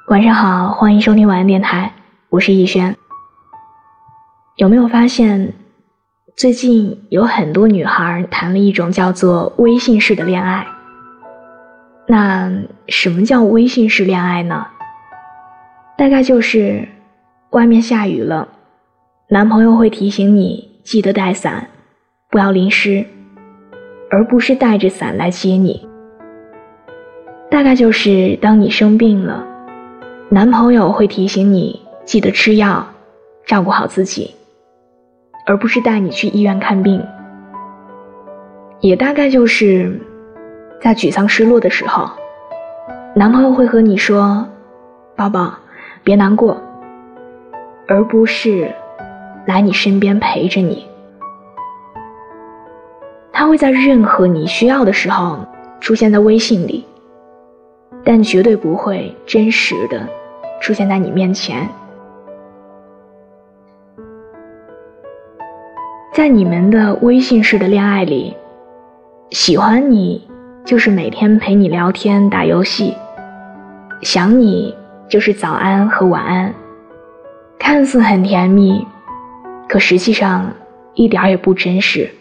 晚上好，欢迎收听晚安电台，我是逸轩。有没有发现，最近有很多女孩谈了一种叫做微信式的恋爱？那什么叫微信式恋爱呢？大概就是外面下雨了，男朋友会提醒你记得带伞，不要淋湿，而不是带着伞来接你。大概就是当你生病了，男朋友会提醒你记得吃药，照顾好自己，而不是带你去医院看病。也大概就是在沮丧失落的时候，男朋友会和你说宝宝别难过，而不是来你身边陪着你。他会在任何你需要的时候出现在微信里，但绝对不会真实的出现在你面前。在你们的微信式的恋爱里，喜欢你就是每天陪你聊天打游戏，想你就是早安和晚安，看似很甜蜜，可实际上一点也不真实。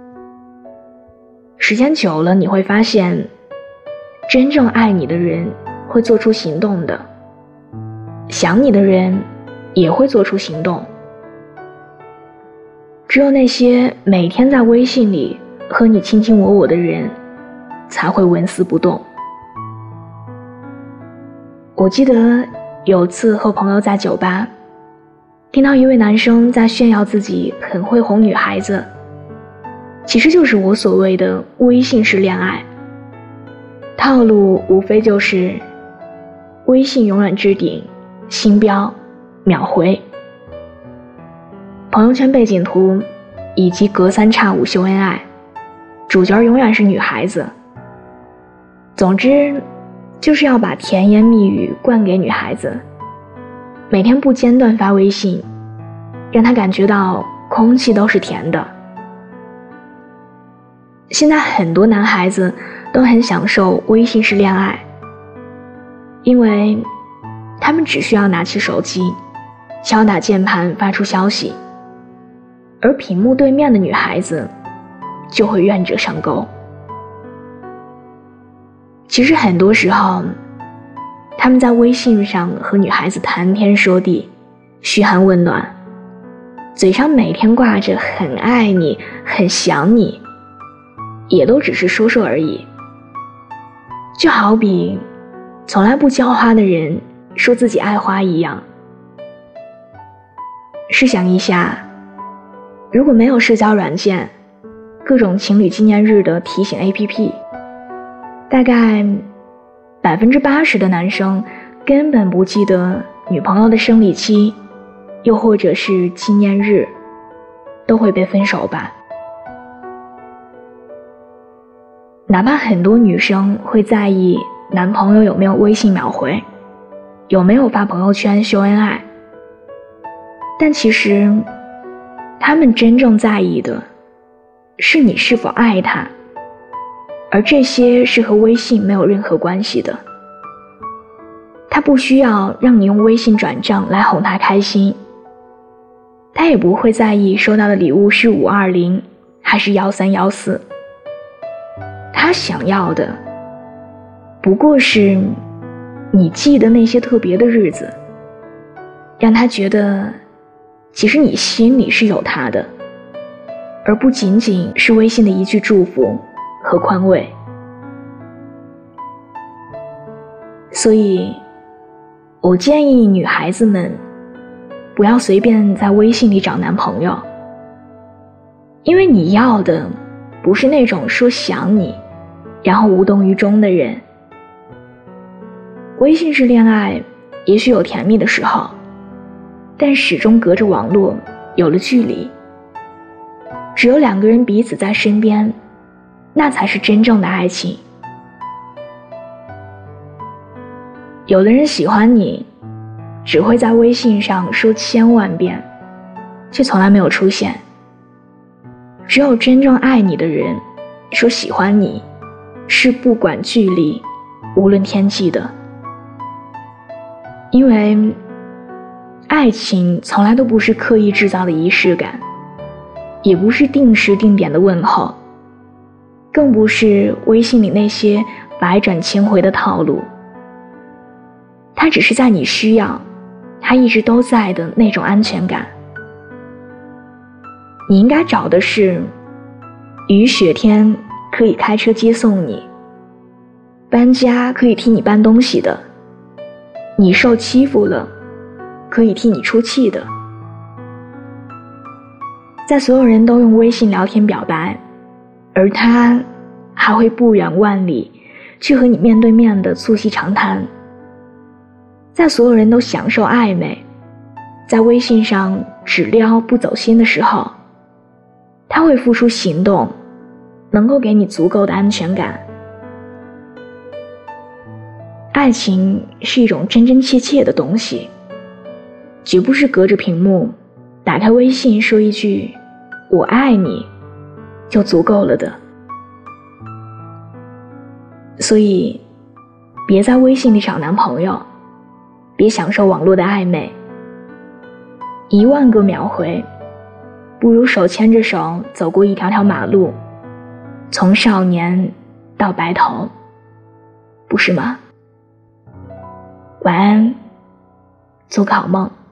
时间久了，你会发现真正爱你的人会做出行动的，想你的人也会做出行动。只有那些每天在微信里和你卿卿我我的人才会纹丝不动。我记得有次和朋友在酒吧，听到一位男生在炫耀自己很会哄女孩子，其实就是我所谓的微信式恋爱。套路无非就是微信永远置顶，星标秒回，朋友圈背景图以及隔三差五秀恩爱，主角永远是女孩子。总之就是要把甜言蜜语灌给女孩子，每天不间断发微信，让她感觉到空气都是甜的。现在很多男孩子都很享受微信式恋爱，因为他们只需要拿起手机，敲打键盘发出消息，而屏幕对面的女孩子就会愿者上钩。其实很多时候，他们在微信上和女孩子谈天说地，嘘寒问暖，嘴上每天挂着很爱你，很想你，也都只是说说而已。就好比从来不浇花的人说自己爱花一样。试想一下，如果没有社交软件，各种情侣纪念日的提醒 APP， 大概80%的男生根本不记得女朋友的生理期，又或者是纪念日，都会被分手吧。哪怕很多女生会在意男朋友有没有微信秒回，有没有发朋友圈秀恩爱，但其实他们真正在意的是你是否爱他，而这些是和微信没有任何关系的。他不需要让你用微信转账来哄他开心，他也不会在意收到的礼物是520还是1314。他想要的不过是你记得那些特别的日子，让他觉得其实你心里是有他的，而不仅仅是微信的一句祝福和宽慰。所以我建议女孩子们不要随便在微信里找男朋友，因为你要的不是那种说想你然后无动于衷的人。微信式恋爱也许有甜蜜的时候，但始终隔着网络有了距离。只有两个人彼此在身边，那才是真正的爱情。有的人喜欢你，只会在微信上说1000万遍，却从来没有出现。只有真正爱你的人说喜欢你，是不管距离，无论天气的。 因为爱情从来都不是刻意制造的仪式感，也不是定时定点的问候，更不是微信里那些百转千回的套路。它只是在你需要，它一直都在的那种安全感。你应该找的是雨雪天可以开车接送你，搬家可以替你搬东西的，你受欺负了可以替你出气的。在所有人都用微信聊天表白，而他还会不远万里去和你面对面的促膝长谈。在所有人都享受暧昧，在微信上只撩不走心的时候，他会付出行动，能够给你足够的安全感。爱情是一种真真切切的东西，绝不是隔着屏幕打开微信说一句我爱你就足够了的。所以别在微信里找男朋友，别享受网络的暧昧，10000个秒回不如手牵着手走过一条条马路，从少年到白头，不是吗？晚安，做个好梦。